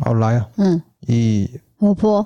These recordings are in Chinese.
好，来啊， 活泼，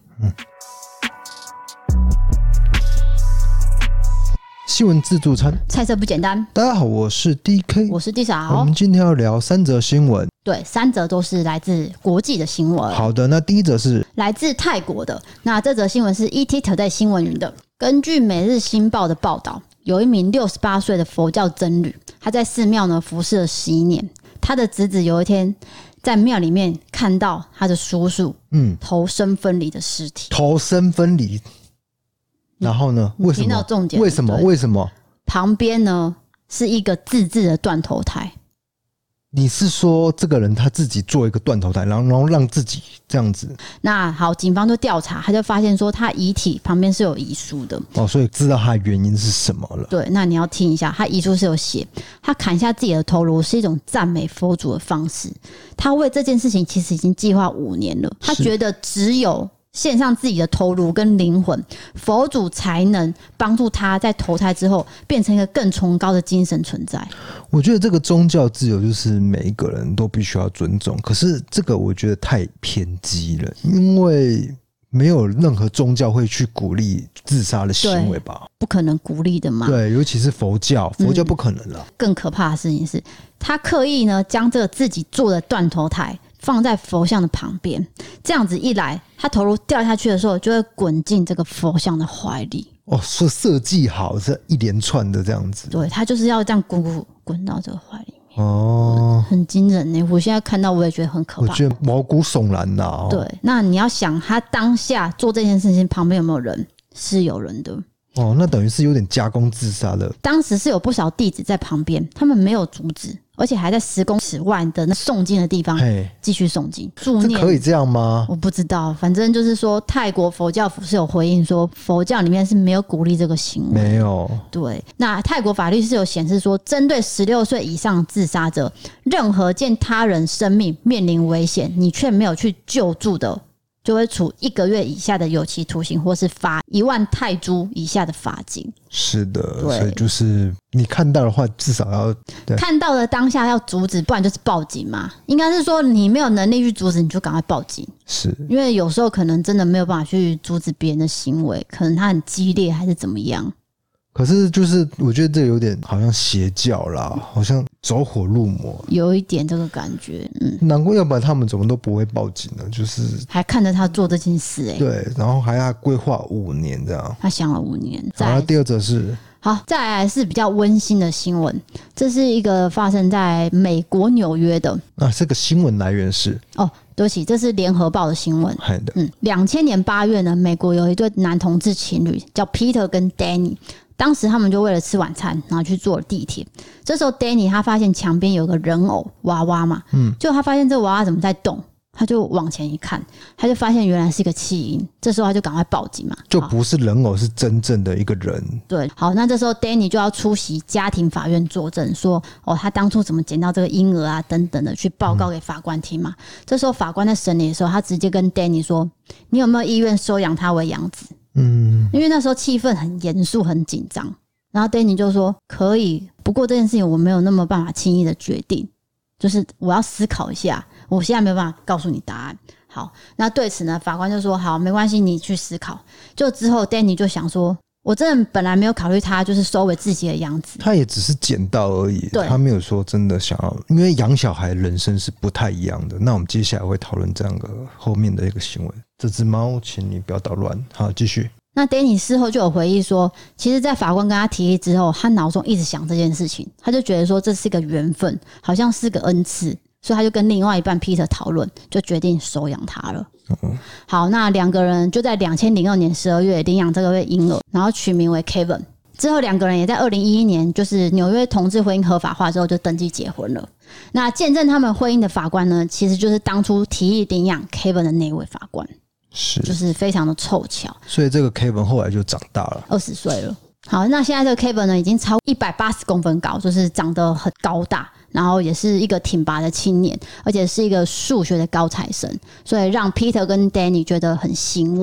新闻自助餐， 菜色不简单。 大家好，我是 DK， 我是 D 嫂。 我们今天要聊3则新闻， 对，3则都是来自国际的新闻。 好的，那第一则是来自泰国的，那这则新闻是 ET Today 新闻云的。根据每日新报的报道，有一名68岁的佛教僧侣，他在寺庙呢服侍了11年。他的侄子有一天在庙里面看到他的叔叔头身分离的尸体。 头身分离，然后呢？为什么？ 听到重点， 为什么？为什么？ 旁边呢是一个自制的断头台。 你是说这个人他自己做一个断头台，然后让自己这样子？ 那好，警方就调查，他就发现说他遗体旁边是有遗书的。 所以知道他的原因是什么了。 对，那你要听一下，他遗书是有写，他砍下自己的头颅是一种赞美佛祖的方式。他为这件事情其实已经计划5年了，他觉得只有献上自己的头颅跟灵魂，佛祖才能帮助他在投胎之后变成一个更崇高的精神存在。 我觉得这个宗教自由就是每一个人都必须要尊重，可是这个我觉得太偏激了，因为没有任何宗教会去鼓励自杀的行为吧？ 不可能鼓励的嘛。 对，尤其是佛教不可能了。 更可怕的事情是，他刻意呢将这个自己做的断头台放在佛像的旁边，这样子一来，他头颅掉下去的时候就会滚进这个佛像的怀里。 是设计好这一连串的这样子。 对，他就是要这样滚到这个怀里面。很惊人呢。我现在看到我也觉得很可怕， 我觉得毛骨悚然呐。 对，那你要想他当下做这件事情旁边有没有人？是有人的。 那等于是有点加工自杀的。 当时是有不少弟子在旁边，他们没有阻止，而且还在10公尺外的那诵经的地方继续诵经助念。 这可以这样吗？ 我不知道，反正就是说泰国佛教府是有回应说，佛教里面是没有鼓励这个行为。 没有。对， 那泰国法律是有显示说，针对16岁以上自杀者，任何见他人生命面临危险，你却没有去救助的，就会处1个月以下的有期徒刑，或是罚1万泰铢以下的罚金。 是的，所以就是你看到的话，至少要看到的当下要阻止，不然就是报警嘛。应该是说你没有能力去阻止，你就赶快报警。 是因为有时候可能真的没有办法去阻止别人的行为，可能他很激烈还是怎么样。 可是就是我觉得这有点好像邪教啦，好像走火入魔，有一点这个感觉。 难怪，要不然他们怎么都不会报警呢？就是还看着他做这件事。 对，然后还要规划5年这样。 他想了5年。 好，第二则是再来是比较温馨的新闻，这是一个发生在美国纽约的。 这个新闻来源是对不起，这是联合报的新闻。2000年8月呢，美国有一对男同志情侣叫 Peter 跟 Danny。当时他们就为了吃晚餐，然后去坐了地铁。这时候 Danny 他发现墙边有个人偶娃娃嘛，就他发现这个娃娃怎么在动，他就往前一看，他就发现原来是一个弃婴。这时候他就赶快报警嘛， 就不是人偶，是真正的一个人。 对，好，那这时候 Danny 就要出席家庭法院作证，说他当初怎么捡到这个婴儿啊等等的，去报告给法官听嘛。这时候法官在审理的时候，他直接跟 Danny 说：“你有没有意愿收养他为养子？”因为那时候气氛很严肃很紧张，然后 Danny 就说可以，不过这件事情我没有那么办法轻易的决定，就是我要思考一下，我现在没有办法告诉你答案。好，那对此呢，法官就说好，没关系，你去思考。就之后 Danny 就想说，我真的本来没有考虑他就是收为自己的养子， 他也只是捡到而已，他没有说真的想要，因为养小孩人生是不太一样的。那我们接下来会讨论这样个后面的一个行为。这只猫请你不要捣乱。好，继续。 那 Danny 事后就有回忆说，其实在法官跟他提议之后，他脑中一直想这件事情，他就觉得说这是一个缘分，好像是个恩赐，所以他就跟另外一半 Peter 讨论，就决定收养他了。好，那2个人就在2002年12月领养这个婴儿，然后取名为 Kevin。之后2个人也在2011年，就是纽约同志婚姻合法化之后就登记结婚了。那见证他们婚姻的法官呢，其实就是当初提议领养 Kevin 的那位法官。就是非常的凑巧， 所以这个 Kevin 后来就长大了 ，20岁了。好，那现在这个 Kevin 呢，已经超180公分高，就是长得很高大，然后也是一个挺拔的青年，而且是一个数学的高材生，所以让 Peter 跟 Danny 觉得很欣慰。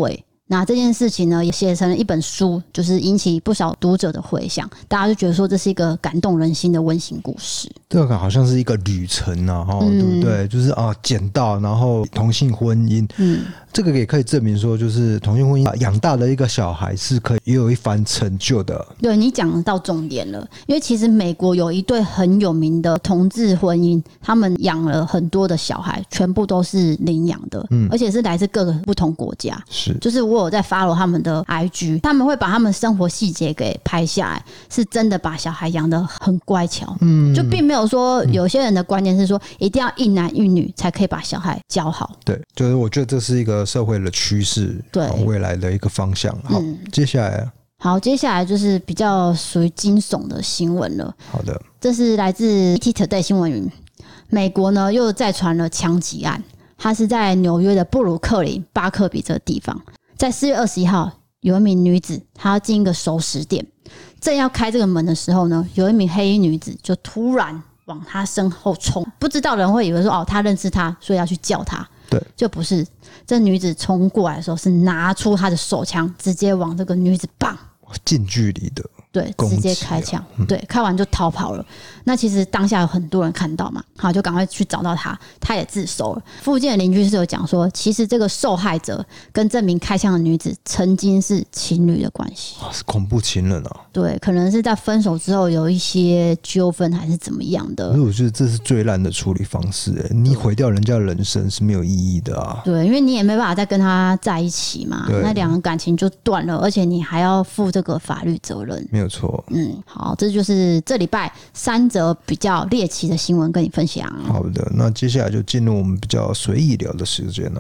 那这件事情呢，也写成了一本书，就是引起不少读者的回响，大家就觉得说这是一个感动人心的温馨故事。 这个好像是一个旅程啊，对不对？就是捡到，然后同性婚姻，这个也可以证明说，就是同性婚姻养大的一个小孩是可以也有一番成就的。 对，你讲到重点了，因为其实美国有一对很有名的同志婚姻，他们养了很多的小孩，全部都是领养的，而且是来自各个不同国家。 是， 就是我有在 follow 他们的 IG， 他们会把他们生活细节给拍下来，是真的把小孩养得很乖巧。就并没有说有些人的观念是说一定要一男一女才可以把小孩教好。 对，就是我觉得这是一个社会的趋势，对未来的一个方向。好，接下来。 好，接下来就是比较属于惊悚的新闻了。 好的， 这是来自 ET Today 新闻云，美国呢又再传了枪击案，它是在纽约的布鲁克林巴克比这个地方，在4月21号，有一名女子她要进一个熟食店，正要开这个门的时候呢，有一名黑衣女子就突然往她身后冲，不知道的人会以为说她认识她，所以要去叫她。 对， 就不是，这女子冲过来的时候是拿出她的手枪，直接往这个女子棒， 近距离的， 对，直接开枪，对，开完就逃跑了。那其实当下有很多人看到嘛，好，就赶快去找到他，他也自首了。附近的邻居是有讲说，其实这个受害者跟这名开枪的女子曾经是情侣的关系， 是恐怖情人啊。 对，可能是在分手之后有一些纠纷还是怎么样的。 可是我觉得这是最烂的处理方式，你毁掉人家的人生是没有意义的啊。 对，因为你也没办法再跟他在一起嘛，那两个感情就断了，而且你还要负这个法律责任。 没有错。 好，这就是这礼拜3则比较猎奇的新闻跟你分享。 好的，那接下来就进入我们比较随意聊的时间了。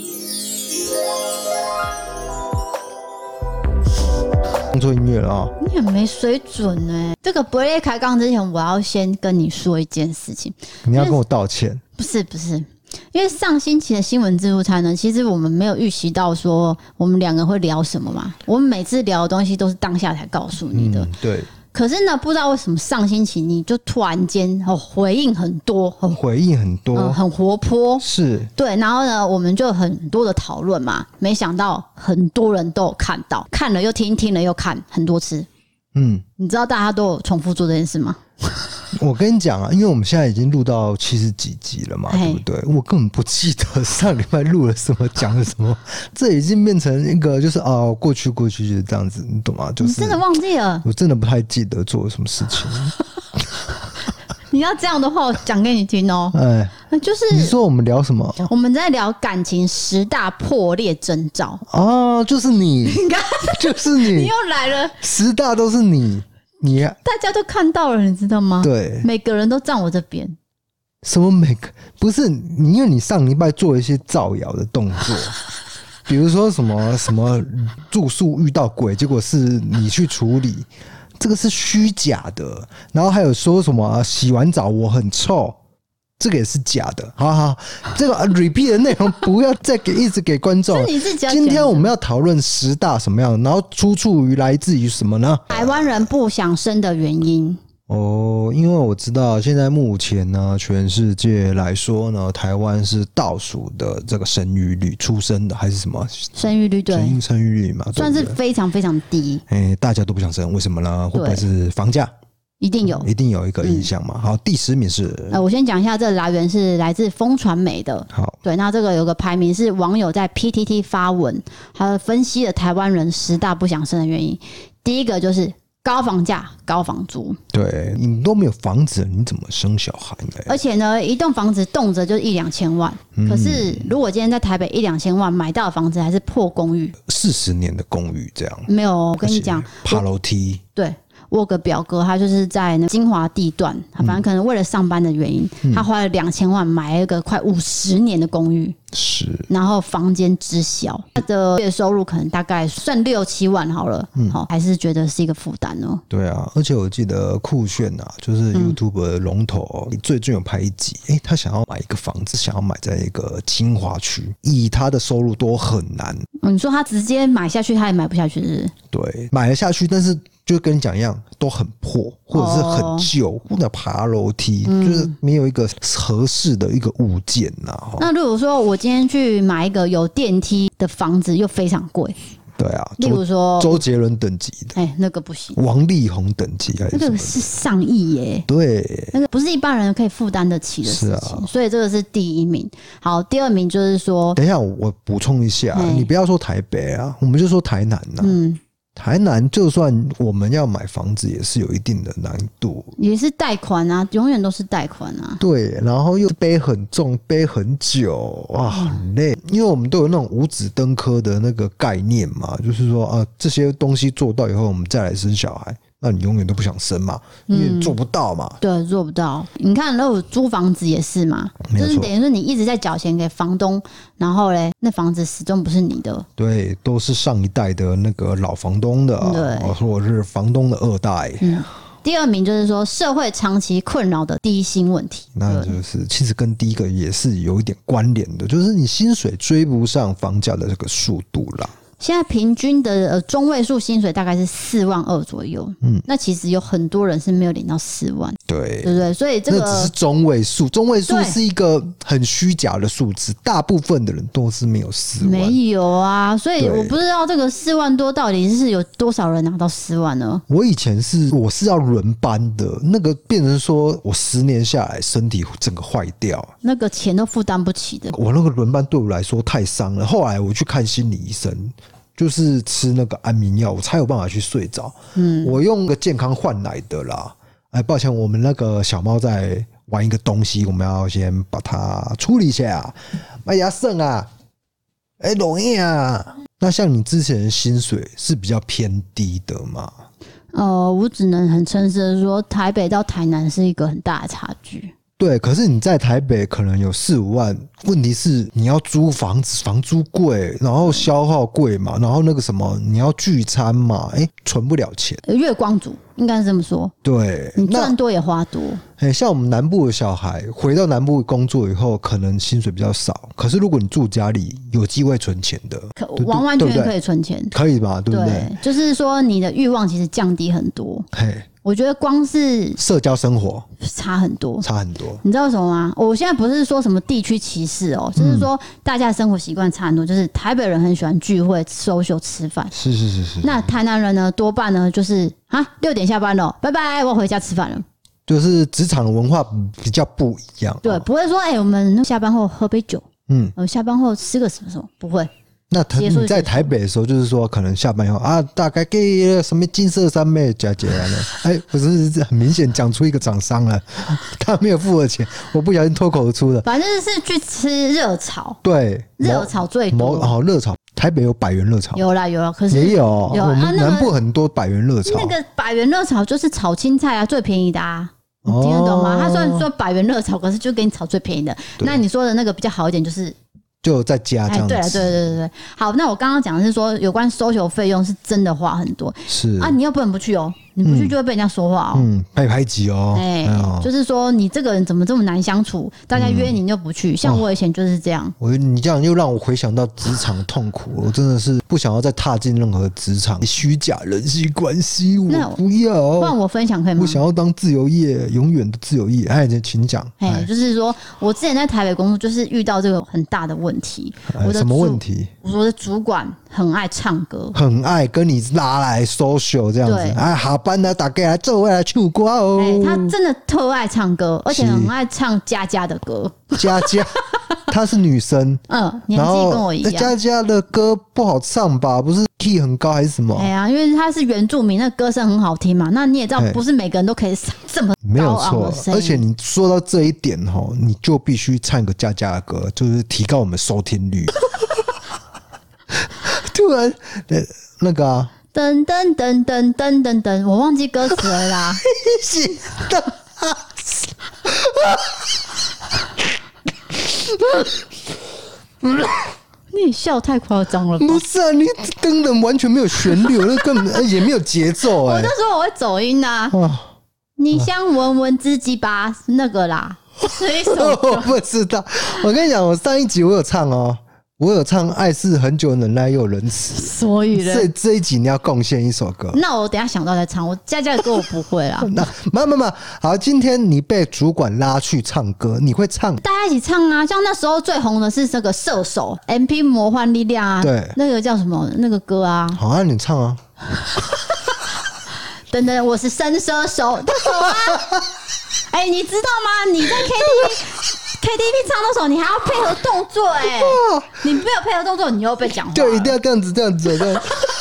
放错音乐了啊！ 你很没水准欸。这个不会开杠之前，我要先跟你说一件事情。 你要跟我道歉？ 不是，因为上星期的新闻自助餐呢，其实我们没有预习到说我们两个会聊什么嘛。我们每次聊的东西都是当下才告诉你的。 对。 可是呢，不知道为什么上星期你就突然间回应很多， 很活泼，是对。然后呢，我们就很多的讨论嘛，没想到很多人都有看到，看了又听，听了又看很多次。你知道大家都有重复做这件事吗？ 我跟你讲啊，因为我们现在已经录到70几集了嘛，对不对？我根本不记得上礼拜录了什么，讲了什么，这已经变成一个就是过去就是这样子，你懂吗？就是你真的忘记了？ 我真的不太记得做了什么事情。 你要这样的话，我讲给你听哦。就是你说我们聊什么？ 我们在聊感情10大破裂征兆。 就是你，就是你， 你又来了 ，10大都是你。 大家都看到了，你知道吗？ 对， 每个人都站我这边。 什么不是你，因为你上礼拜做一些造谣的动作，比如说什么住宿遇到鬼，结果是你去处理，这个是虚假的。然后还有说什么洗完澡我很臭，这个也是假的。好，这个 repeat 的内容不要再一直给观众。今天我们要讨论10大什么样的，然后出处于来自于什么呢？ 台湾人不想生的原因。 因为我知道现在目前呢，全世界来说呢，台湾是倒数的这个生育率，出生的还是什么生育率？对， 生育率嘛， 算是非常非常低。 大家都不想生，为什么呢？会不会是房价？一定有一个影响嘛。好，第10名是我先讲一下，这个来源是来自风传媒的。 好， 对，那这个有个排名是网友在 PTT 发文，他分析了台湾人10大不想生的原因。第一个就是高房价、高房租。 对，你都没有房子，你怎么生小孩呢？ 而且呢，一栋房子动辄就1-2千万。可是如果今天在台北1-2千万买到的房子，还是破公寓 ，40年的公寓这样。 没有，我跟你讲， 爬楼梯。 对。我有个表哥，他就是在那精华地段，反正可能为了上班的原因，他花了2000万买了一个快50年的公寓， 是， 然后房间之小，他的月收入可能大概算6-7万好了，还是觉得是一个负担哦。 对啊，而且我记得酷炫啊，就是 YouTube 的龙头，最近有拍一集，他想要买一个房子，想要买在一个精华区，以他的收入都很难。 你说他直接买下去，他也买不下去是不是？ 对，买了下去，但是就跟你讲一样，都很破，或者是很旧，或者爬楼梯，就是没有一个合适的一个物件呐。 那如果说我今天去买一个有电梯的房子，又非常贵。 对啊， 例如说周杰伦等级的， 那个不行。 王力宏等级还是那个是上亿耶， 对， 那个不是一般人可以负担得起的事情，所以这个是第一名。好，第二名就是说， 等一下我补充一下，你不要说台北啊，我们就说台南啊。台南就算我们要买房子，也是有一定的难度， 也是贷款啊，永远都是贷款啊。 对，然后又背很重，背很久，哇，很累。因为我们都有那种五子登科的那个概念嘛，就是说啊，这些东西做到以后，我们再来生小孩。那你永远都不想生嘛，因为做不到嘛。 对，做不到。你看，那我租房子也是嘛，就是等于说你一直在缴钱给房东，然后嘞，那房子始终不是你的。 对，都是上一代的那个老房东的，对，或者是房东的二代。 第二名就是说社会长期困扰的低薪问题， 那就是其实跟第一个也是有一点关联的，就是你薪水追不上房价的这个速度啦。 现在平均的中位数薪水大概是42000左右，那其实有很多人是没有领到4万，对不对？所以这个那只是中位数，中位数是一个很虚假的数字，大部分的人都是没有4万， 没有啊，所以我不知道这个4万多到底是有多少人拿到4万呢？ 我以前我是要轮班的，那个变成说我10年下来身体整个坏掉，那个钱都负担不起的。 我那个轮班对我来说太伤了，后来我去看心理医生。就是吃那个安眠药，我才有办法去睡着。我用个健康换来的啦。抱歉，我们那个小猫在玩一个东西，我们要先把它处理一下。哎呀，剩啊，容易啊。那像你之前的薪水是比较偏低的吗？ 我只能很诚实的说，台北到台南是一个很大的差距。 对，可是你在台北可能有4-5万，问题是你要租房子，房租贵，然后消耗贵嘛，然后那个什么你要聚餐嘛，存不了钱。 月光族应该是这么说。对，你赚多也花多。 像我们南部的小孩回到南部工作以后，可能薪水比较少，可是如果你住家里，有机会存钱的， 完完全全可以存钱， 可以吧？对不对？ 就是说你的欲望其实降低很多。我觉得光是社交生活差很多， 差很多。 你知道为什么吗？我现在不是说什么地区歧视哦，就是说大家的生活习惯差很多。就是台北人很喜欢聚会、social 吃饭，是。那台南人呢，多半呢就是6点下班了，拜拜，我要回家吃饭了。就是职场的文化比较不一样， 对，不会说我们下班后喝杯酒，下班后吃个什么，不会。 那你在台北的时候，就是说可能下班以后大概给什么金色三妹加结了，不是很明显讲出一个厂商了，他没有付我钱，我不小心脱口而出的。 反正是去吃热炒， 对， 热炒最多。 热炒，台北有百元热炒， 有啦，可是也有我们南部很多百元热炒。 那个百元热炒就是炒青菜啊，最便宜的啊。你听得懂吗？他虽然说百元热炒，可是就给你炒最便宜的。那你说的那个比较好一点，就是就在家这样子。对。好，那我刚刚讲的是说，有关social费用是真的花很多。是啊，你又不能不去哦，你不去就会被人家说话哦，被排挤哦。就是说你这个人怎么这么难相处？大家约你就不去。像我以前就是这样。你这样又让我回想到职场痛苦，我真的是不想要再踏进任何职场虚假人际关系，我不要。换我分享可以吗？我想要当自由业，永远的自由业。请讲。就是说我之前在台北工作，就是遇到这个很大的问题。什么问题？我的主管很爱唱歌，很爱跟你拉来 social 这样子。下班了，大家来做位来唱歌哦。他真的特爱唱歌，而且很爱唱佳佳的歌。佳佳，她是女生，年纪跟我一样。佳佳的歌不好唱吧？不是 key 很高还是什么？因为她是原住民，那歌声很好听嘛。那你也知道，不是每个人都可以唱这么高昂的声音。而且你说到这一点你就必须唱一个佳佳的歌，就是提高我们收听率。突然那个噔噔噔噔噔噔噔，我忘记歌词了啦。你笑太夸张了吧？不是啊，你根本完全没有旋律，那根本也没有节奏。我那时候我会走音啊。你想闻闻自己吧，那个啦，是一首歌。我不知道。我跟你讲，我上一集我有唱哦。 我有唱《爱是很久忍耐又有仁慈》， 所以呢， 这一集你要贡献一首歌。 那我等一下想到再唱，我家的歌我不会啦。 那没，好，今天你被主管拉去唱歌，你会唱？ 大家一起唱啊！像那时候最红的是这个射手 MP 魔幻力量啊， 对， 那个叫什么那个歌啊？ 好啊，你唱啊！ 等等，我是神射手，这首啊！哎、你知道吗？你在 KTV 唱那首，你还要配合动作哎、你没有配合动作，你又被讲话了。 就一定要这样子，这样子。 这样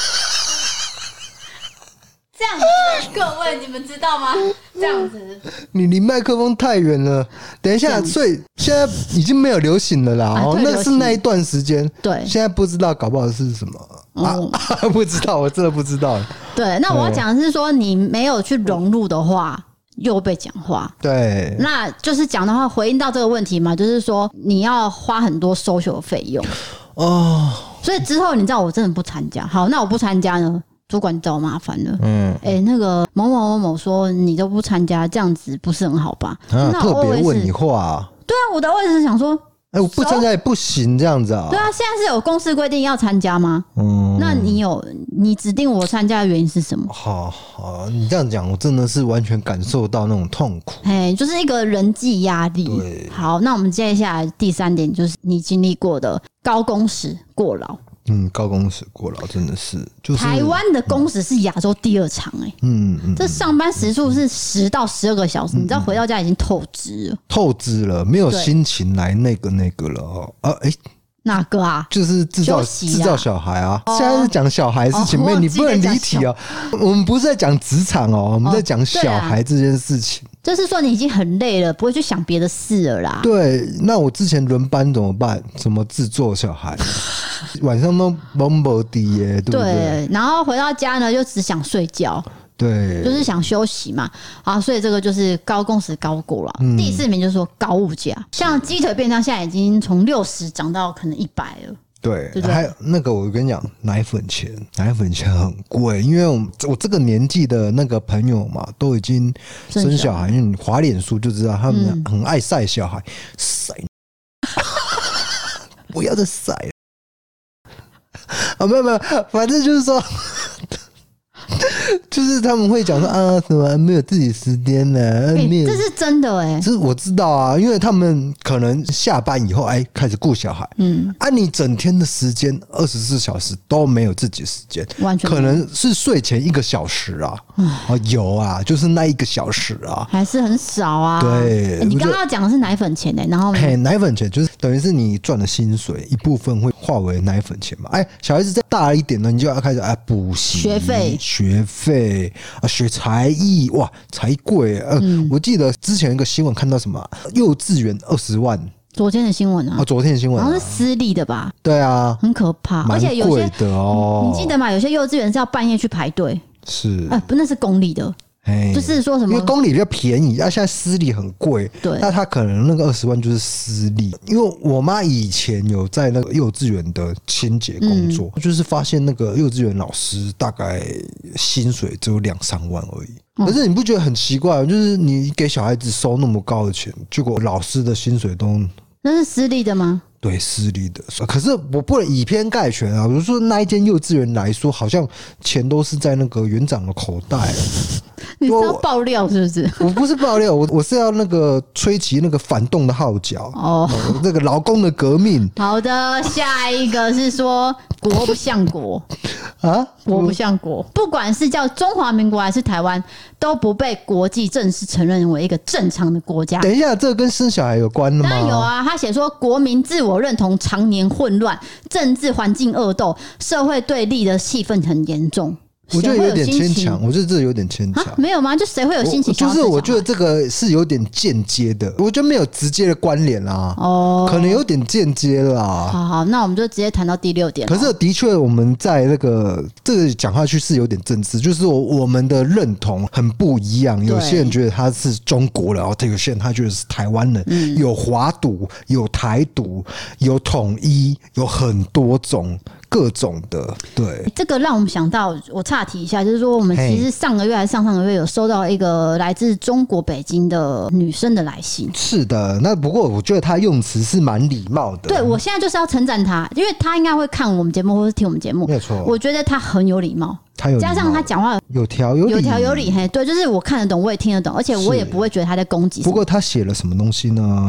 子，各位你们知道吗？这样子， 你离麦克风太远了。等一下，所以现在已经没有流行了啦。哦，那是那一段时间。 对， 现在不知道，搞不好是什么不知道，我真的不知道。 对，那我要讲的是说，你没有去融入的话。又被讲话， 对， 那就是讲的话回应到这个问题嘛，就是说你要花很多 social 的费用哦，所以之后你知道我真的不参加。好，那我不参加呢，主管找我麻烦了。那个某某某某说你都不参加，这样子不是很好吧？那特别问你话。 对啊，我的位置是想说。 我不参加也不行，这样子啊？ 对啊，现在是有公司规定要参加吗？那你指定我参加的原因是什么？ 好，你这样讲，我真的是完全感受到那种痛苦。 就是一个人际压力。 对， 好，那我们接下来第3点就是你经历过的高工时过劳。 高工时过劳真的是，就是台湾的工时是亚洲第2长这上班时数是10到12个小时，你知道回到家已经透支了， 没有心情来那个了哪个啊？ 就是制造小孩啊！现在是讲小孩事情，你不能离题哦。我们不是在讲职场哦，我们在讲小孩这件事情。 就是说你已经很累了，不会去想别的事了啦。 对，那我之前轮班怎么办？怎么制作小孩？晚上都懵懵的耶，对不对？ 对，然后回到家呢，就只想睡觉。 对， 就是想休息嘛，所以这个就是高工时高过劳。第4名就是说高物价，像鸡腿便当现在已经从60涨到可能100了。 对，还有那个我跟你讲，奶粉钱很贵，因为我这个年纪的那个朋友嘛，都已经生小孩，因为你滑脸书就知道他们很爱晒小孩，晒，不要再晒了。没有，反正就是说。就是他们会讲说什么没有自己时间呢？ 这是真的这我知道啊，因为他们可能下班以后开始顾小孩，你整天的时间24小时都没有自己时间， 完全可能是睡前1个小时啊，有啊，就是那1个小时啊， 还是很少啊。 对， 你刚刚讲的是奶粉钱然后奶粉钱就是等于是你赚的薪水一部分会化为奶粉钱嘛。小孩子再大一点呢，你就要开始补习学费学才艺，哇，才贵。我记得之前一个新闻看到什么幼稚园20万， 昨天的新闻啊， 昨天的新闻， 好像是私立的吧？ 对啊， 很可怕，而且有些的你记得吗？有些幼稚园是要半夜去排队， 是不，那是公立的。就是说什么？ 因为公立比较便宜，现在私立很贵。 对， 那他可能那个20万就是私立。因为我妈以前有在那个幼稚园的清洁工作，就是发现那个幼稚园老师大概薪水只有2-3万而已。可是你不觉得很奇怪？就是你给小孩子收那么高的钱，结果老师的薪水都…… 那是私立的吗？ 对，私立的。可是我不能以偏概全啊。比如说那一间幼稚园来说，好像钱都是在那个园长的口袋。 你是要爆料是不是？ 我不是爆料，我是要那个吹起那个反动的号角那个劳工的革命。 好的，下一个是说国不像国国不像国，不管是叫中华民国还是台湾，都不被国际正式承认为一个正常的国家。 等一下，这个跟生小孩有关的吗？ 当然有啊，他写说国民自我认同常年混乱，政治环境恶斗，社会对立的气氛很严重。 我觉得有点牵强，我觉得这有点牵强。 没有吗？就谁会有心情？ 就是我觉得这个是有点间接的，我觉得没有直接的关联啦。可能有点间接啦。 好，那我们就直接谈到第6点。 可是的确，我们在这个讲下去是有点政治，就是我们的认同很不一样。有些人觉得他是中国人，有些人他觉得是台湾人。有华独，有台独，有统一，有很多种。 各种的。对， 这个让我们想到，我岔题一下，就是说我们其实上个月还是上个月有收到一个来自中国北京的女生的来信。 是的，那不过我觉得她用词是蛮礼貌的。 对，我现在就是要称赞她，因为她应该会看我们节目或是听我们节目， 没有错。 我觉得她很有礼貌。加上他讲话有条有理，嘿，对，就是我看得懂，我也听得懂，而且我也不会觉得他在攻击。 不过他写了什么东西呢？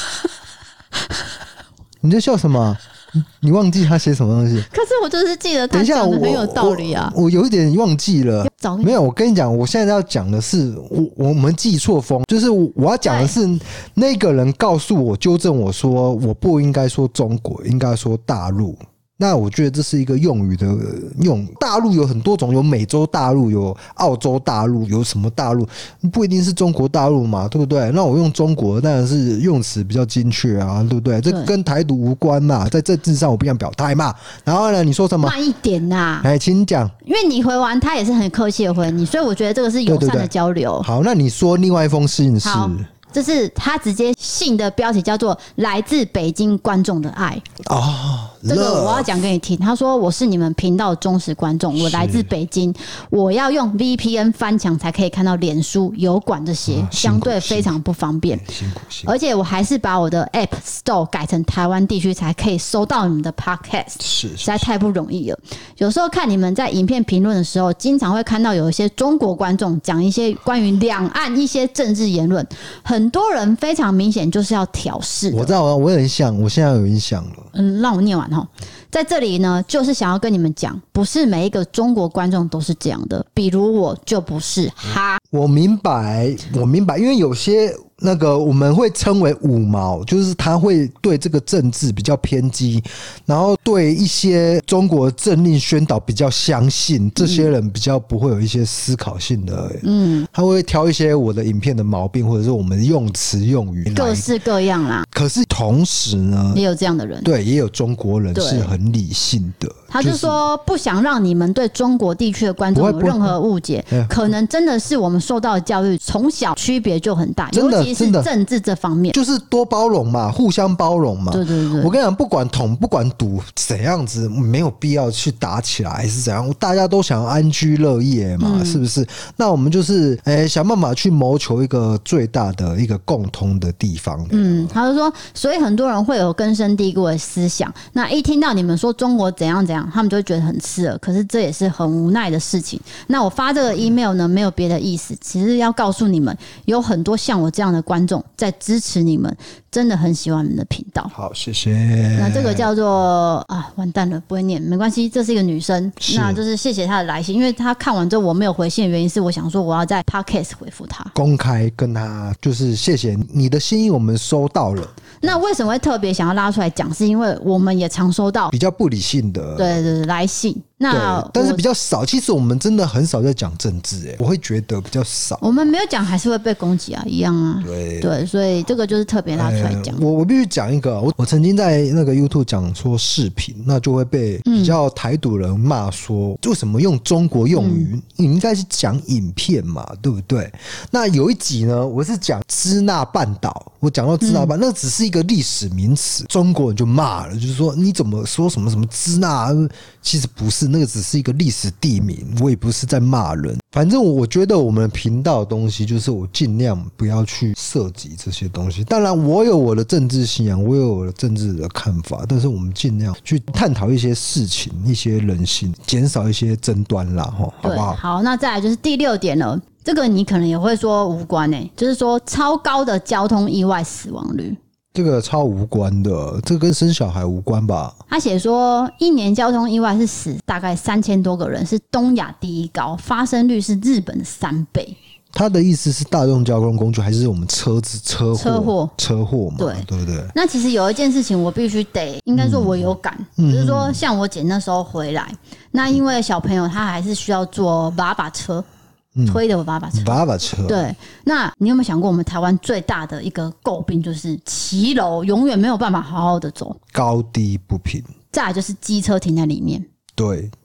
你在笑什么？你忘记他写什么东西？ 可是我就是记得他讲的很有道理啊。 我有一点忘记了。没有，我跟你讲，我现在要讲的是我们记错风，就是我要讲的是那个人告诉我纠正我说我不应该说中国，应该说大陆。那我觉得这是一个用语的大陆有很多种，有美洲大陆，有澳洲大陆，有什么大陆，不一定是中国大陆嘛，对不对？那我用中国当然是用词比较精确啊，对不对？这跟台独无关嘛，在政治上我不想表态嘛。然后呢，你说什么？ 慢一点呐， 来，请讲。 因为你回完他也是很客气的回你，所以我觉得这个是友善的交流。 对对对，好，那你说另外一封信是？ 这是他直接信的标题叫做“来自北京观众的爱”。 哦， 这个我要讲给你听。他说：“我是你们频道的忠实观众，我来自北京，我要用 VPN 翻墙才可以看到脸书、油管这些，相对非常不方便。 辛苦。 而且我还是把我的 App Store 改成台湾地区才可以收到你们的 Podcast， 实在太不容易了。有时候看你们在影片评论的时候，经常会看到有一些中国观众讲一些关于两岸一些政治言论，很多人非常明显就是要挑事。 我知道，我有印象，我现在有印象了。 让我念完哈。在这里呢，就是想要跟你们讲，不是每一个中国观众都是这样的，比如我就不是哈。我明白， 因为有些那个我们会称为五毛，就是他会对这个政治比较偏激，然后对一些中国政令宣导比较相信，这些人比较不会有一些思考性的，他会挑一些我的影片的毛病，或者是我们用词用语各式各样啦。 可是同时呢， 也有这样的人， 对，也有中国人是很理性的。 他就说不想让你们对中国地区的观众有任何误解，可能真的是我们受到的教育从小区别就很大，尤其是政治这方面， 就是多包容嘛，互相包容嘛。 对对对， 我跟你讲，不管统不管独怎样子，没有必要去打起来，还是怎样，大家都想要安居乐业嘛，是不是？那我们就是想办法去谋求一个最大的一个共通的地方。 他就说，所以很多人会有根深蒂固的思想，那一听到你们说中国怎样怎样，他们就会觉得很刺耳，可是这也是很无奈的事情。那我发这个 email 呢，没有别的意思，其实要告诉你们，有很多像我这样的观众在支持你们，真的很喜欢你们的频道。 好，谢谢。 那这个叫做完蛋了，不会念，没关系，这是一个女生，那就是谢谢她的来信，因为她看完之后我没有回信的原因是，我想说我要在 Podcast 回复她， 公开跟她就是谢谢你的心意，我们收到了。 那为什么会特别想要拉出来讲？是因为我们也常收到比较不理性的对来信。那但是比较少，其实我们真的很少在讲政治，我会觉得比较少。 我们没有讲还是会被攻击啊，一样啊。对，所以这个就是特别拉出来讲。 我必须讲一个，我曾经在那个 YouTube 讲说视频，那就会被比较台独人骂说，为什么用中国用语？你应该是讲影片嘛，对不对？那有一集呢，我是讲支那半岛，我讲到支那半岛，那只是一个历史名词，中国人就骂了，就是说你怎么说什么什么支那？其实不是，那个只是一个历史地名，我也不是在骂人。反正我觉得我们频道的东西，就是我尽量不要去涉及这些东西。当然，我有我的政治信仰，我有我的政治的看法，但是我们尽量去探讨一些事情、一些人性，减少一些争端啦，好不好？ 好，那再来就是第6点了。这个你可能也会说无关就是说超高的交通意外死亡率。 这个超无关的，这跟生小孩无关吧？ 他写说，一年交通意外是死大概3000多个人，是东亚第一高，发生率是日本的3倍。 他的意思是大众交通工具还是我们车子车祸嘛？对不对？ 那其实有一件事情我必须得，应该说我有感，就是说像我姐那时候回来，那因为小朋友他还是需要坐爸爸车。推的爸爸车，对。那你有没有想过，我们台湾最大的一个诟病就是骑楼永远没有办法好好的走， 高低不平。 再来就是机车停在里面， 对，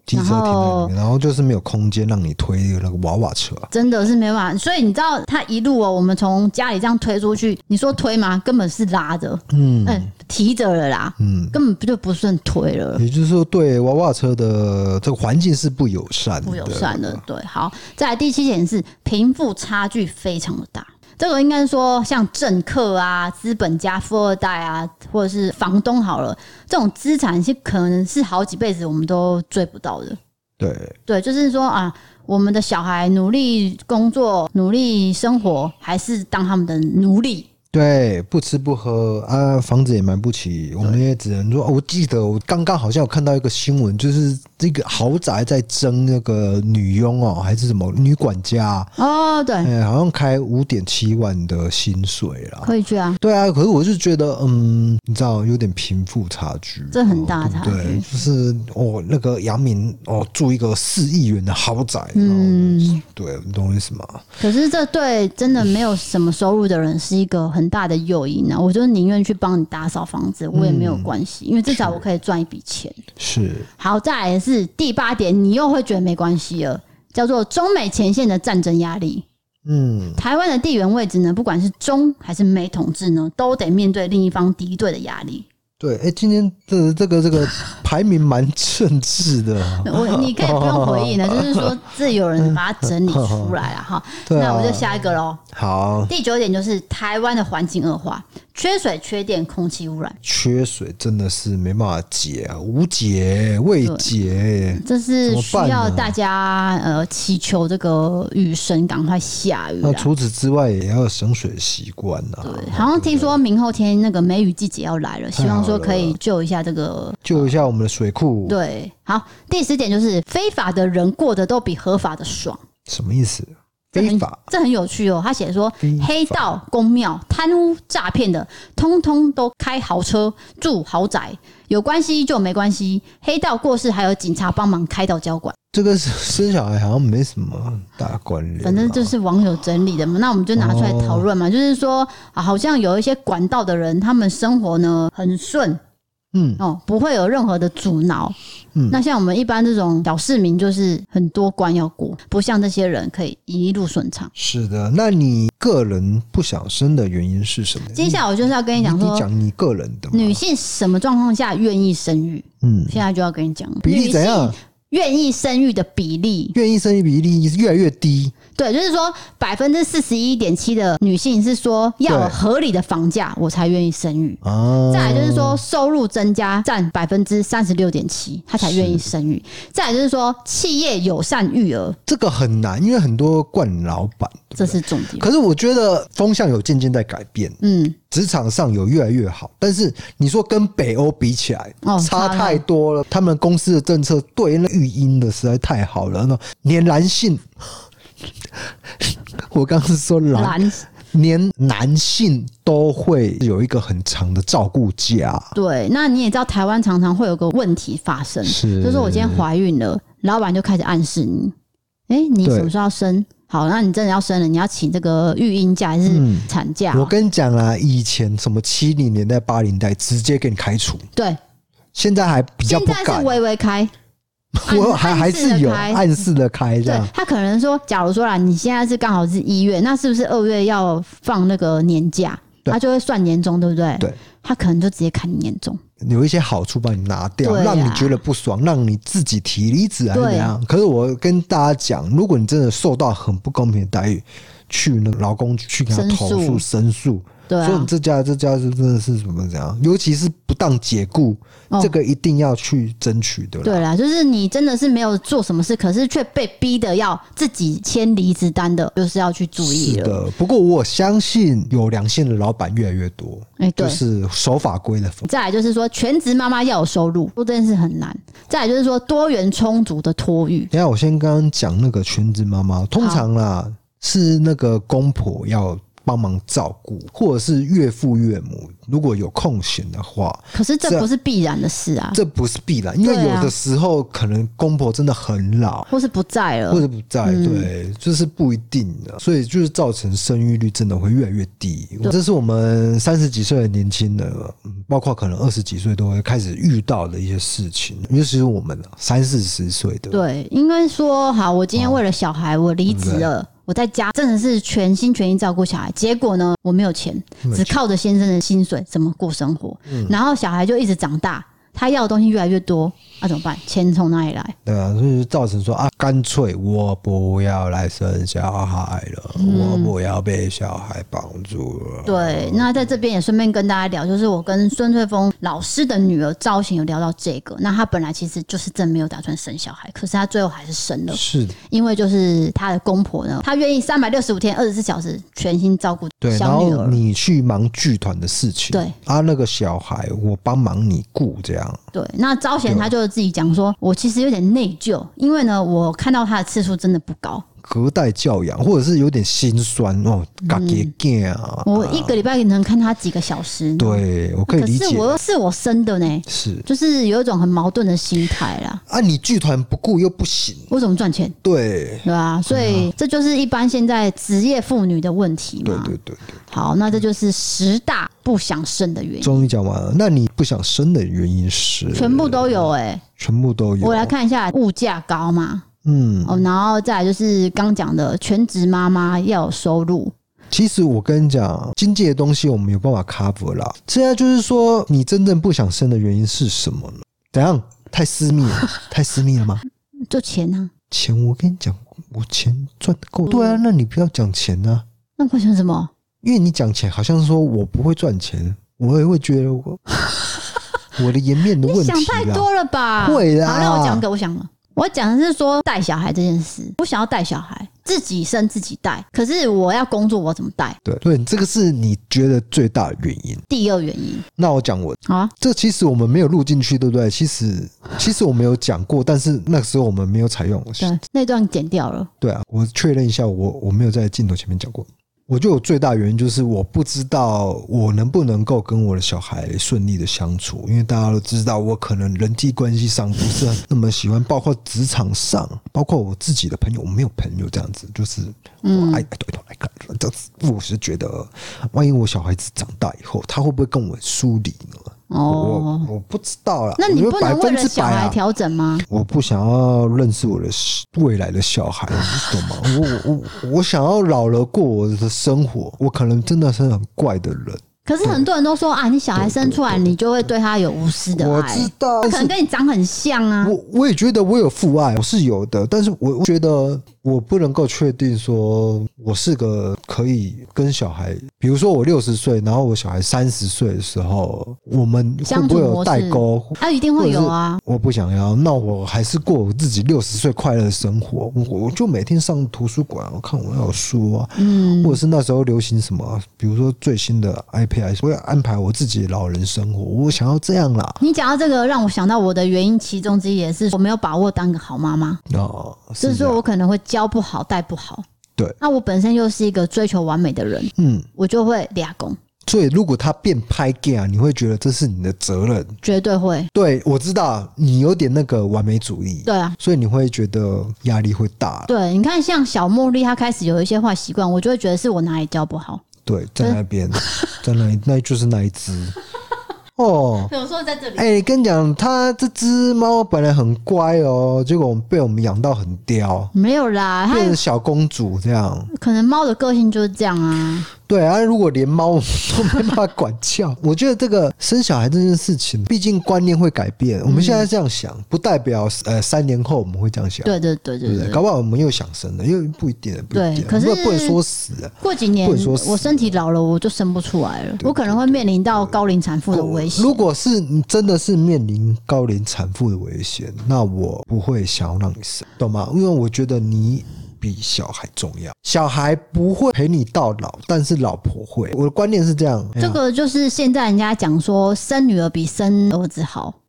机车停在里面，然后就是没有空间让你推那个娃娃车， 真的是没办法。所以你知道他一路我们从家里这样推出去，你说推吗？根本是拉着，提着了啦，根本就不算推了。 也就是说，对娃娃车的这个环境是不友善的。 对，好，再来第7点是贫富差距非常的大。这个应该说像政客啊、资本家、富二代啊，或者是房东好了，这种资产是可能是好几辈子我们都追不到的。对，就是说啊，我们的小孩努力工作、努力生活，还是当他们的奴隶。 对，不吃不喝啊，房子也买不起，我们也只能说，我记得我刚刚好像有看到一个新闻，就是这个豪宅在争那个女佣还是什么女管家对，好像开5.7万的薪水啦， 可以去啊。 对啊，可是我就觉得，你知道有点贫富差距， 这很大差距。 对，就是那个阳明住一个4亿元的豪宅，对，你懂我意思吗？ 可是这对真的没有什么收入的人是一个很大的诱因啊！我就宁愿去帮你打扫房子，我也没有关系，因为至少我可以赚一笔钱。 是。 好，再来是第8点，你又会觉得没关系了，叫做中美前线的战争压力。台湾的地缘位置呢，不管是中还是美统治呢，都得面对另一方敌对的压力。 对，今天这个排名蛮政治的， 你可以不用回应了，就是说这有人把它整理出来了哈。那我就下一个喽。 好， 第9点就是台湾的环境恶化，缺水、缺电、空气污染。 缺水真的是没办法解啊，无解未解， 这是需要大家祈求这个雨神赶快下雨。 那除此之外，也要省水习惯啊。 对，好像听说明后天那个梅雨季节要来了，希望说可以救一下救一下我们的水库。 对，好，第10点就是非法的人过得都比合法的爽。 什么意思？非法， 这很有趣哦。他写说，黑道、公庙、贪污、诈骗的，通通都开豪车、住豪宅，有关系就没关系。黑道过世还有警察帮忙开道交管。 这个生小孩好像没什么大关联， 反正就是网友整理的嘛。那我们就拿出来讨论嘛，就是说好像有一些管道的人，他们生活呢很顺。不会有任何的阻挠。那像我们一般这种小市民，就是很多关要过，不像这些人可以一路顺畅。 是的，那你个人不想生的原因是什么？ 接下来我就是要跟你讲说， 你讲你个人的女性什么状况下愿意生育？现在就要跟你讲比例怎样？ 愿意生育的比例， 愿意生育比例越来越低。 对，就是说41.7%的女性是说要有合理的房价我才愿意生育。再来就是说收入增加占36.7%，她才愿意生育。再来就是说企业友善育儿， 这个很难，因为很多惯老板， 这是重点。 可是我觉得风向有渐渐在改变。职场上有越来越好，但是你说跟北欧比起来，差太多了。他们公司的政策对那育婴的实在太好了，连男性，我刚是说连男性都会有一个很长的照顾假。 对，那你也知道台湾常常会有个问题发生，就是我今天怀孕了，老板就开始暗示你，你什么时候要生？好，那你真的要生了，你要请这个育婴假还是产假？ 我跟你讲啦，以前什么70年代、80年代直接给你开除， 对， 现在还比较不敢， 现在是微微开。 我还是有暗示的开这样。 对，他可能说，假如说啦，你现在是刚好是1月，那是不是2月要放那个年假？他就会算年终，对不对？ 对， 他可能就直接看你年终， 有一些好处帮你拿掉，让你觉得不爽，让你自己提离职还是怎样。可是我跟大家讲，如果你真的受到很不公平的待遇，去那个劳工去跟他投诉申诉。所以你这家是真的是什么怎样？尤其是不当解雇，这个一定要去争取的啦。 对啦，就是你真的是没有做什么事，可是却被逼的要自己签离职单的，就是要去注意了。 是的，不过我相信有良心的老板越来越多，就是守法规的。 再来就是说，全职妈妈要有收入，做这件事很难。再来就是说，多元充足的托育。 等一下，我先刚刚讲那个全职妈妈，通常啦是那个公婆要帮忙照顾，或者是岳父岳母如果有空闲的话。 可是这不是必然的事啊， 这不是必然，因为有的时候可能公婆真的很老， 或是不在了， 或者不在，对，就是不一定的，所以就是造成生育率真的会越来越低。这是我们30几岁的年轻人，包括可能20几岁都会开始遇到的一些事情，尤其是我们30、40岁的。 对，应该说好，我今天为了小孩，我离职了。我在家真的是全心全意照顾小孩，结果呢，我没有钱，只靠着先生的薪水怎么过生活？然后小孩就一直长大，他要的东西越来越多，那怎么办？钱从哪里来？ 对啊，所以就造成说啊，干脆我不要来生小孩了，我不要被小孩绑住了。 对，那在这边也顺便跟大家聊，就是我跟孙翠峰老师的女儿赵贤有聊到这个。那她本来其实就是真没有打算生小孩，可是她最后还是生了。 是的， 因为就是她的公婆呢，她愿意365天24小时全心照顾对，然小女儿。 后你去忙剧团的事情， 对啊，那个小孩我帮忙你顾这样。 对，那昭贤他就自己讲说，我其实有点内疚，因为呢，我看到他的次数真的不高。 隔代教养，或者是有点心酸哦，自己的囝啊， 我一个礼拜能看他几个小时， 对我可以理解。 可是我又是我生的呢， 是就是有一种很矛盾的心态啦。 啊，你剧团不顾又不行， 我怎么赚钱？ 对对吧？所以这就是一般现在职业妇女的问题嘛。 对。 好，那这就是10大不想生的原因。 终于讲完了，那你不想生的原因是？ 全部都有全部都有。 我来看一下，物价高嘛。然后再来就是刚讲的全职妈妈要有收入。 其实我跟你讲，经济的东西我们有办法 cover 啦。现在就是说，你真正不想生的原因是什么呢？怎样？太私密了？太私密了吗？ 就钱啊！ 钱，我跟你讲，我钱赚得够。对啊，那你不要讲钱啊。 那会讲什么？ 因为你讲钱，好像是说我不会赚钱，我也会觉得我的颜面的问题啦。 你想太多了吧？ 会啦。 好，那我讲个，我想了。我讲的是说带小孩这件事，我想要带小孩，自己生自己带。可是我要工作，我怎么带？ 对，这个是你觉得最大的原因。 第二原因， 那我讲我啊， 这其实我们没有录进去，对不对？其实我们有讲过，但是那个时候我们没有采用。 对，那段剪掉了。 对啊，我确认一下，我没有在镜头前面讲过。我觉得我最大原因就是我不知道我能不能够跟我的小孩顺利的相处，因为大家都知道我可能人际关系上不是那么喜欢，包括职场上，包括我自己的朋友，我没有朋友这样子，就是我爱对头来看这样子。我是觉得，万一我小孩子长大以后，他会不会跟我疏离呢？我不知道啦。 那你不能为了小孩调整吗？ 我不想要认识我的未来的小孩，你懂吗？我想要老了过我的生活，我可能真的是很怪的人。 可是很多人都说啊，你小孩生出来，你就会对他有无私的爱。 我知道， 他可能跟你长很像啊。 我也觉得我有父爱，我是有的，但是我觉得我不能够确定说我是个可以跟小孩，比如说我60岁，然后我小孩30岁的时候，我们会不会有代沟？ 一定会有啊。 我不想要，那我还是过我自己60岁快乐的生活。我就每天上图书馆，我看我要有书啊，或者是那时候流行什么，比如说最新的 iPad。我要安排我自己的老人生活，我想要这样啦。你讲到这个，让我想到我的原因其中之一也是我没有把握当个好妈妈。就是说我可能会教不好、带不好。 对， 那我本身又是一个追求完美的人，我就会俩公。 所以如果他变拍 gay 你会觉得这是你的责任？ 绝对会。 对，我知道你有点那个完美主义。 对啊， 所以你会觉得压力会大。 对，你看像小茉莉，她开始有一些坏习惯，我就会觉得是我哪里教不好。 对，在那边，在那就是那一只。哦， 有时候在这里。 跟你讲，它这只猫本来很乖哦，结果被我们养到很刁。 没有啦， 变成小公主这样。 可能猫的个性就是这样啊。 对啊，如果连猫都没办法管教，我觉得这个生小孩这件事情，毕竟观念会改变。我们现在这样想，不代表3年后我们会这样想。 对， 对不对？搞不好我们又想生了，因为不一定。 对，可是不能说死了。 过几年我身体老了，我就生不出来了，我可能会面临到高龄产妇的危险。 如果是你真的是面临高龄产妇的危险，那我不会想要让你生，懂吗？因为我觉得你比小孩重要，小孩不会陪你到老，但是老婆会。我的观念是这样。 这个就是现在人家讲说生女儿比生儿子好。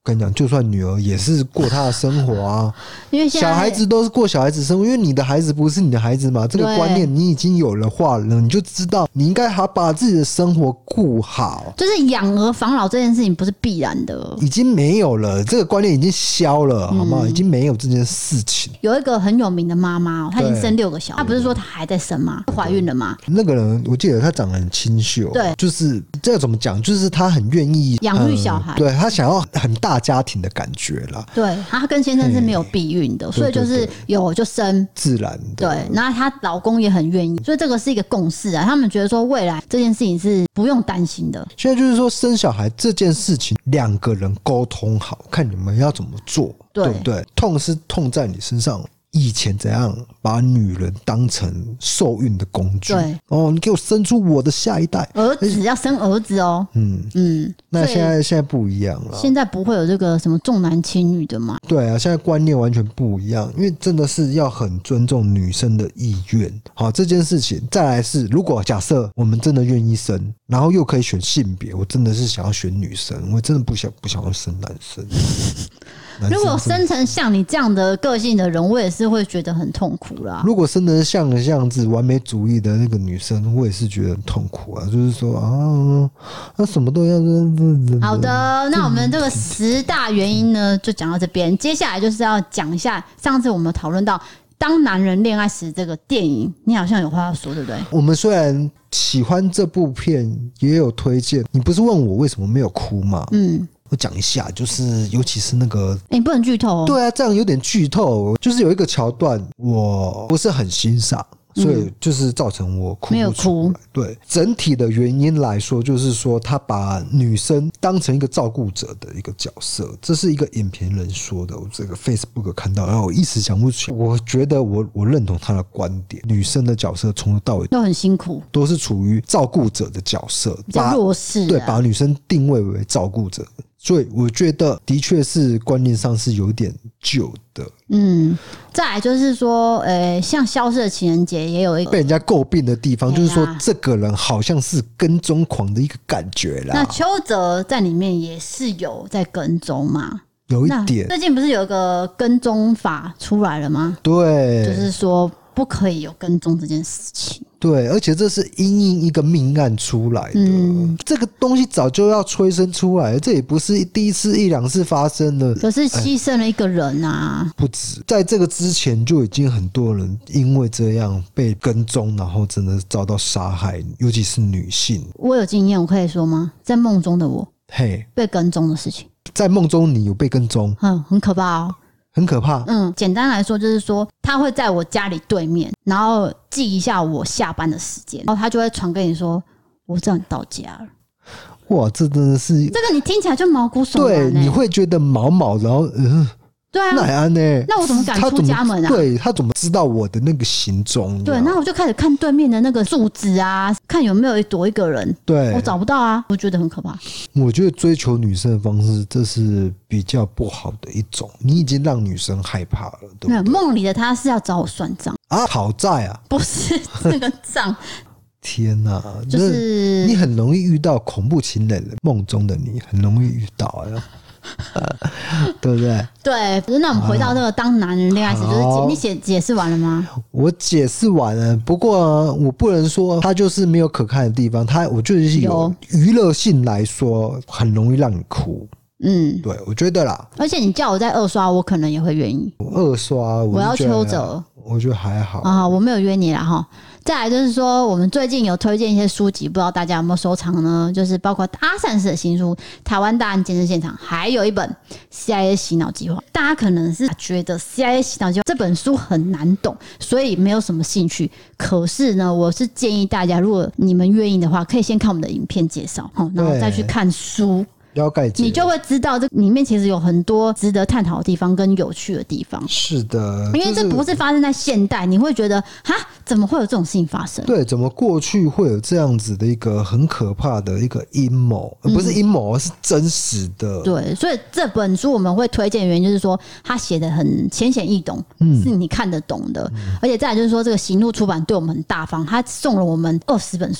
跟你讲，就算女儿也是过她的生活啊， 因为小孩子都是过小孩子生活，因为你的孩子不是你的孩子嘛，这个观念你已经有了化了，你就知道你应该好把自己的生活顾好。 就是养儿防老这件事情不是必然的， 已经没有了，这个观念已经消了，好不好？已经没有这件事情。 有一个很有名的妈妈，她已经生6个小孩，她不是说她还在生吗？怀孕了吗？ 那个人我记得她长得很清秀， 对， 就是这个怎么讲？就是她很愿意养育小孩， 对她想要很大家庭的感觉啦。 对，她跟先生是没有避孕的，所以就是有就生， 自然的。 对，那她老公也很愿意，所以这个是一个共识啊。他们觉得说未来这件事情是不用担心的。 现在就是说生小孩这件事情，2个人沟通好，看你们要怎么做，对不对？痛是痛在你身上。以前怎样把女人当成受孕的工具？ 对哦，你给我生出我的下一代， 儿子要生儿子哦。 那现在不一样了。 现在不会有这个什么重男轻女的嘛？ 对啊，现在观念完全不一样，因为真的是要很尊重女生的意愿。好，这件事情再来是，如果假设我们真的愿意生，然后又可以选性别，我真的是想要选女生，我真的不想要生男生。 如果生成像你这样的个性的人，我也是会觉得很痛苦啦。 如果生得像这样子完美主义的那个女生，我也是觉得很痛苦啊。就是说那什么都要。 好的，那我们这个10大原因呢，就讲到这边。接下来就是要讲一下上次我们讨论到《当男人恋爱时》这个电影，你好像有话要说，对不对？ 我们虽然喜欢这部片，也有推荐。你不是问我为什么没有哭吗？我讲一下，就是尤其是那个， 你不能剧透哦。 对啊，这样有点剧透。就是有一个桥段，我不是很欣赏，所以就是造成我哭不出来。 没有哭。 对，整体的原因来说，就是说他把女生当成一个照顾者的一个角色，这是一个影评人说的。我这个 Facebook 看到，然后我一时想不起来。我觉得我认同他的观点，女生的角色从头到尾都很辛苦， 都是处于照顾者的角色， 比较弱势。 对，把女生定位为照顾者。所以我觉得的确是观念上是有点旧的。 再来就是说，像《消失的情人节》也有一个被人家诟病的地方，就是说这个人好像是跟踪狂的一个感觉啦。 那邱泽在里面也是有在跟踪嘛？ 有一点。 最近不是有一个跟踪法出来了吗？ 对， 就是说不可以有跟踪这件事情。 对，而且这是因应一个命案出来的，这个东西早就要催生出来了，这也不是第一次、1-2次发生的。 可是牺牲了一个人啊， 不止，在这个之前就已经很多人因为这样被跟踪，然后真的遭到杀害，尤其是女性。 我有经验，我可以说吗？在梦中的我，被跟踪的事情， 在梦中你有被跟踪， 很可怕哦。 很可怕。 简单来说就是说，他会在我家里对面，然后记一下我下班的时间，然后他就会传跟你说，我知道你到家了。 哇，这真的是， 这个你听起来就毛骨悚然。 对，你会觉得毛毛，然后对啊，那我怎么敢出家门啊？ 对，他怎么知道我的那个行踪？ 对，那我就开始看对面的那个柱子啊，看有没有躲一个人。 对， 我找不到啊，我觉得很可怕。 我觉得追求女生的方式，这是比较不好的一种。你已经让女生害怕了，对不对？ 梦里的他是要找我算账啊，讨债啊？ 不是这个账。 天哪， 就是你很容易遇到恐怖情人，梦中的你很容易遇到啊。对不对？ 对，那我们回到这个当男人恋爱时，就是你解释完了吗？ 我解释完了，不过我不能说它就是没有可看的地方，我觉得是有娱乐性来说，很容易让你哭。对，我觉得啦。 而且你叫我再2刷，我可能也会愿意。 2刷， 我要邱泽， 我觉得还好啊。我没有约你啦哈。再来就是说，我们最近有推荐一些书籍，不知道大家有没有收藏呢？就是包括阿善师的新书《台湾大案监视现场》，还有一本 CIA 洗脑计划。大家可能是觉得 CIA 洗脑计划这本书很难懂，所以没有什么兴趣。可是呢，我是建议大家，如果你们愿意的话，可以先看我们的影片介绍，然后再去看书。你就会知道这里面其实有很多值得探讨的地方跟有趣的地方。 是的， 因为这不是发生在现代，你会觉得哈，怎么会有这种事情发生？ 对，怎么过去会有这样子的一个很可怕的一个阴谋，不是阴谋，是真实的。 对，所以这本书我们会推荐的原因就是说，它写的很浅显易懂，是你看得懂的。而且再来就是说，这个行路出版对我们很大方，他送了我们20本书，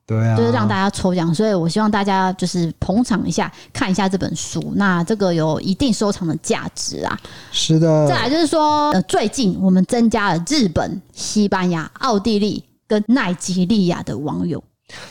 对啊， 就是让大家抽奖，所以我希望大家就是捧场一下，看一下这本书。那这个有一定收藏的价值啊。 是的。 再来就是说，最近我们增加了日本、西班牙、奥地利跟奈及利亚的网友。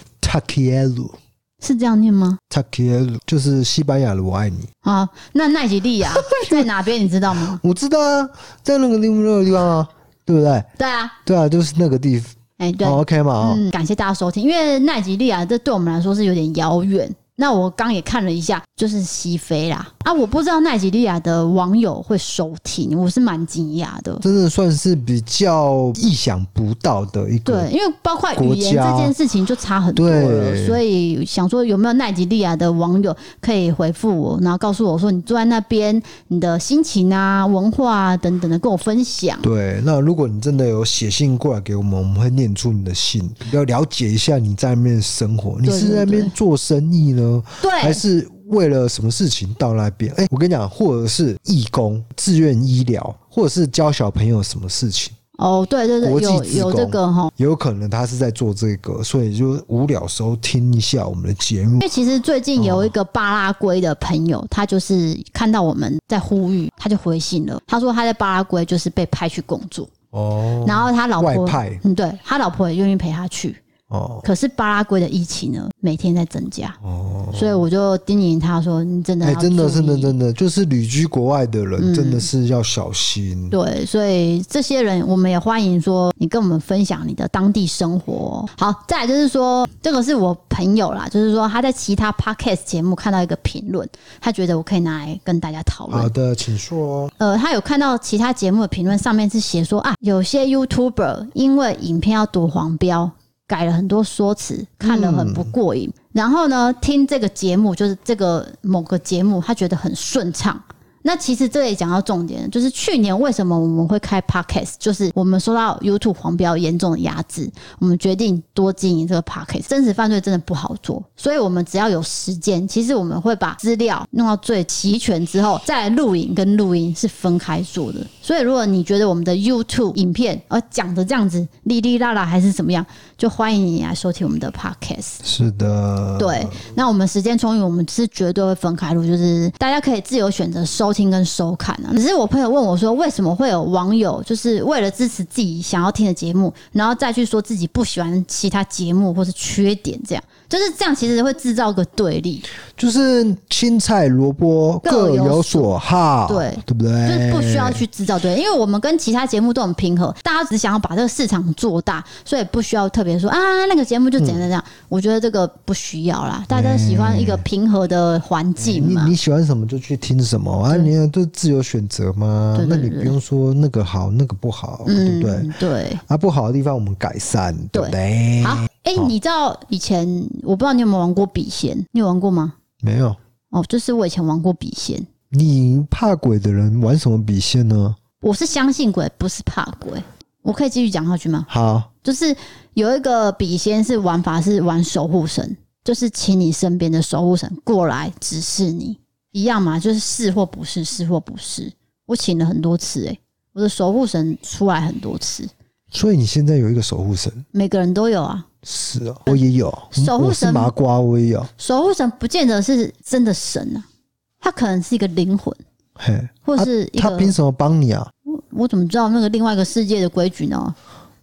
Takielu 是这样念吗？ Takielu 就是西班牙的我爱你。 好，那奈及利亚在哪边你知道吗？ 我知道啊，在那个地方啊，对不对？ 对啊， 对啊，就是那个地方。 对、 OK 嘛， 感谢大家收听。因为奈及利亚这对我们来说是有点遥远。那我刚也看了一下，就是西非啦啊，我不知道奈及利亚的网友会收听，我是蛮惊讶的， 真的算是比较意想不到的一个。 对，因为包括语言这件事情就差很多了，所以想说有没有奈及利亚的网友可以回复我，然后告诉我说你住在那边你的心情啊、文化啊等等的跟我分享。 对，那如果你真的有写信过来给我们，我们会念出你的信，要了解一下你在那边生活，你是在那边做生意呢？ 对， 还是为了什么事情到那边？我跟你讲，或者是义工、志愿医疗，或者是教小朋友什么事情？ 哦，对对对，有这个哈， 有可能他是在做这个，所以就无聊时候听一下我们的节目。 因为其实最近有一个巴拉圭的朋友，他就是看到我们在呼吁，他就回信了。他说他在巴拉圭就是被派去工作，然后他老婆外派， 对他老婆也愿意陪他去。可是巴拉圭的疫情呢，每天在增加，所以我就叮咛他说：“你真的要注意真的，就是旅居国外的人，真的是要小心。 对，所以这些人我们也欢迎说你跟我们分享你的当地生活。好，再来就是说，这个是我朋友啦，就是说他在其他 podcast 节目看到一个评论，他觉得我可以拿来跟大家讨论。 好的，请说哦。 他有看到其他节目的评论，上面是写说啊，有些 YouTuber 因为影片要躲黄标。改了很多说辞，看了很不过瘾。然后呢，听这个节目，就是这个某个节目，他觉得很顺畅。那其实这也讲到重点，就是去年为什么我们会开 podcast， 就是我们收到 YouTube 黄标严重的压制，我们决定多经营这个 podcast。真实犯罪真的不好做，所以我们只要有时间，其实我们会把资料弄到最齐全之后，再来录影跟录音是分开做的。所以如果你觉得我们的 YouTube 影片讲的这样子哩哩啦啦还是怎么样，就欢迎你来收听我们的 podcast。 是的， 对，那我们时间充裕，我们是绝对会分开录，就是大家可以自由选择收听跟收看啊。只是我朋友问我说，为什么会有网友就是为了支持自己想要听的节目，然后再去说自己不喜欢其他节目或是缺点，这样就是这样，其实会制造个对立， 就是青菜萝卜各有所好，对不对？ 就是不需要去制造对立，因为我们跟其他节目都很平和，大家只想要把这个市场做大，所以不需要特别说啊那个节目就怎样怎样。我觉得这个不需要啦，大家喜欢一个平和的环境嘛。 你喜欢什么就去听什么啊，你都自由选择嘛。那你不用说那个好那个不好，对不对？ 对啊，不好的地方我们改善，对不对？ 好，你知道以前我不知道你有没有玩过笔仙，你有玩过吗？ 没有就是我以前玩过笔仙。 你怕鬼的人玩什么笔仙呢？ 我是相信鬼，不是怕鬼。我可以继续讲下去吗？ 好， 就是有一个笔仙是玩法是玩守护神，就是请你身边的守护神过来指示你，一样嘛，就是是或不是，是或不是。我请了很多次，我的守护神出来很多次。 所以你现在有一个守护神？每个人都有啊。 是啊，我也有。 守护神我是麻瓜，我也有。 守护神不见得是真的神啊，他可能是一个灵魂，或是一个他凭什么帮你啊？ 我怎么知道那个另外一个世界的规矩呢？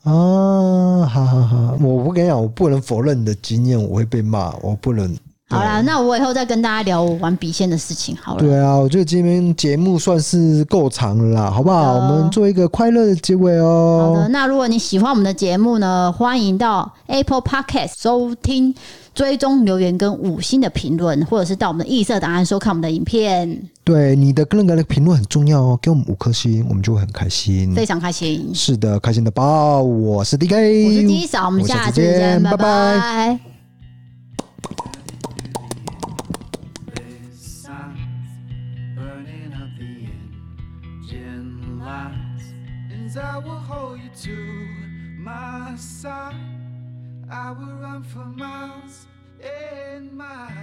好，我跟你讲，我不能否认你的经验，我会被骂，我不能。 好啦，那我以后再跟大家聊我玩笔仙的事情好了。 对啊，我觉得今天节目算是够长了啦，好不好？我们做一个快乐的结尾哦。 好的，那如果你喜欢我们的节目呢，欢迎到 Apple Podcast 收听、追踪、留言跟5星的评论，或者是到我们的异色档案收看我们的影片。 对，你的那个评论很重要哦，给我们5颗星，我们就会很开心， 非常开心。 是的，开心的爆！我是 DK， 我是 D 嫂，我们下次见，拜拜。 I will hold you to my side. I will run for miles in my